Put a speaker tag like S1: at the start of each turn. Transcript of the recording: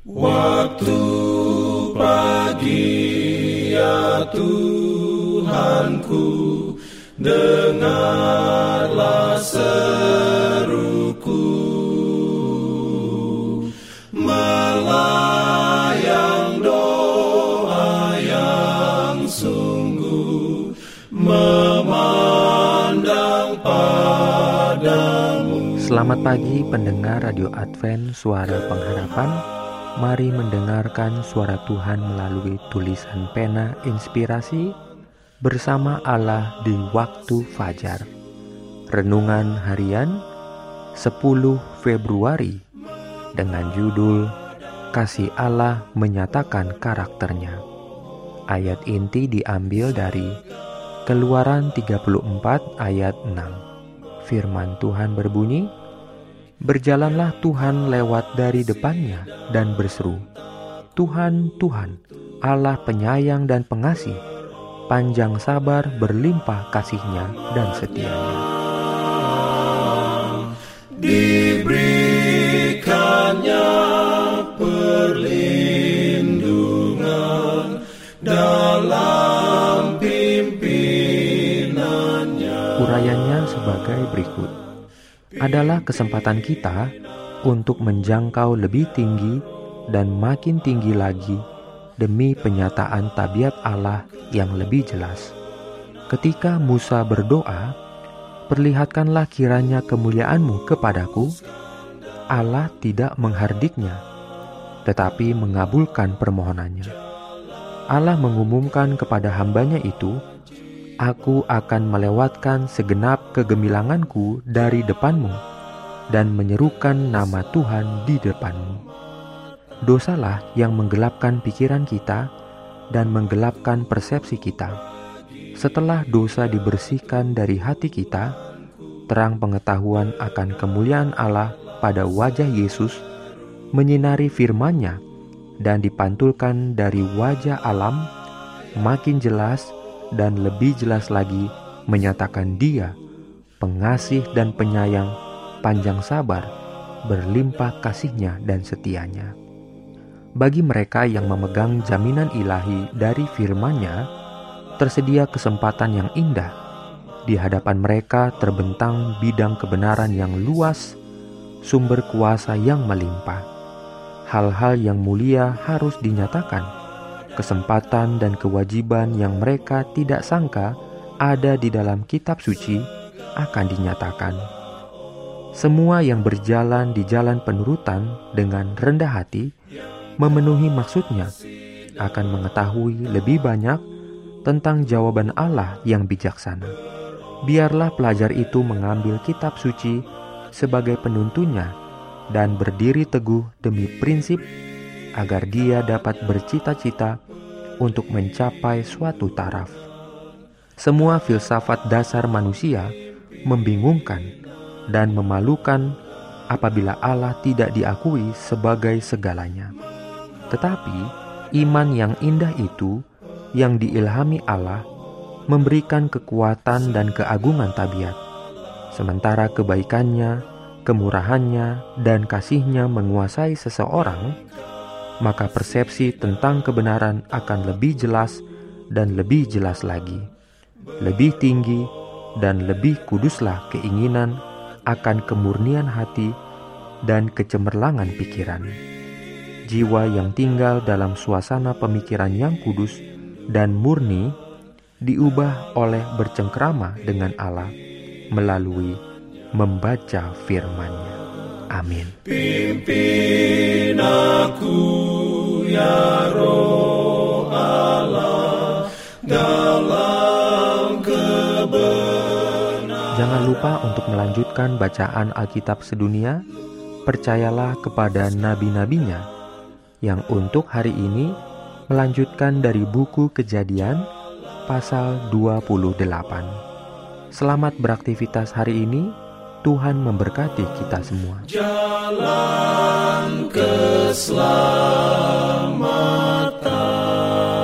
S1: Waktu pagi ya Tuhanku, dengarlah seruku, melayang doa yang sungguh, memandang padamu.
S2: Selamat pagi pendengar Radio Advent Suara Pengharapan. Mari mendengarkan suara Tuhan melalui tulisan pena inspirasi bersama Allah di waktu fajar. Renungan harian 10 Februari dengan judul Kasih Allah Menyatakan Karakternya. Ayat inti diambil dari Keluaran 34 ayat 6. Firman Tuhan berbunyi, "Berjalanlah Tuhan lewat dari depannya dan berseru, Tuhan, Tuhan, Allah penyayang dan pengasih, panjang sabar, berlimpah kasih-Nya dan setia-Nya."
S1: Diberikannya perlindungan dalam pimpinannya.
S2: Urayanya sebagai berikut. Adalah kesempatan kita untuk menjangkau lebih tinggi dan makin tinggi lagi demi penyataan tabiat Allah yang lebih jelas. Ketika Musa berdoa, "Perlihatkanlah kiranya kemuliaan-Mu kepadaku," Allah tidak menghardiknya, tetapi mengabulkan permohonannya. Allah mengumumkan kepada hamba-Nya itu, "Aku akan melewatkan segenap kegemilanganku dari depanmu dan menyerukan nama Tuhan di depanmu." Dosalah yang menggelapkan pikiran kita dan menggelapkan persepsi kita. Setelah dosa dibersihkan dari hati kita, terang pengetahuan akan kemuliaan Allah pada wajah Yesus menyinari firman-Nya dan dipantulkan dari wajah alam makin jelas dan lebih jelas lagi menyatakan Dia pengasih dan penyayang, panjang sabar, berlimpah kasih-Nya dan setia-Nya. Bagi mereka yang memegang jaminan ilahi dari firman-Nya, tersedia kesempatan yang indah. Di hadapan mereka terbentang bidang kebenaran yang luas, sumber kuasa yang melimpah. Hal-hal yang mulia harus dinyatakan. Kesempatan dan kewajiban yang mereka tidak sangka ada di dalam kitab suci akan dinyatakan. Semua yang berjalan di jalan penurutan dengan rendah hati, memenuhi maksudnya, akan mengetahui lebih banyak tentang jawaban Allah yang bijaksana. Biarlah pelajar itu mengambil kitab suci sebagai penuntunnya dan berdiri teguh demi prinsip agar dia dapat bercita-cita untuk mencapai suatu taraf. Semua filsafat dasar manusia membingungkan dan memalukan apabila Allah tidak diakui sebagai segalanya. Tetapi iman yang indah itu yang diilhami Allah memberikan kekuatan dan keagungan tabiat. Sementara kebaikannya, kemurahannya, dan kasih-Nya menguasai seseorang, maka persepsi tentang kebenaran akan lebih jelas dan lebih jelas lagi. Lebih tinggi dan lebih kuduslah keinginan akan kemurnian hati dan kecemerlangan pikiran. Jiwa yang tinggal dalam suasana pemikiran yang kudus dan murni diubah oleh bercengkrama dengan Allah melalui membaca firman-Nya. Amin.
S1: Pimpin aku ya Roh Allah dalam kebenaran.
S2: Jangan lupa untuk melanjutkan bacaan Alkitab sedunia. Percayalah kepada nabi-nabinya yang untuk hari ini melanjutkan dari buku Kejadian pasal 28. Selamat beraktivitas hari ini. Tuhan memberkati kita semua.
S1: Jalan keselamatan.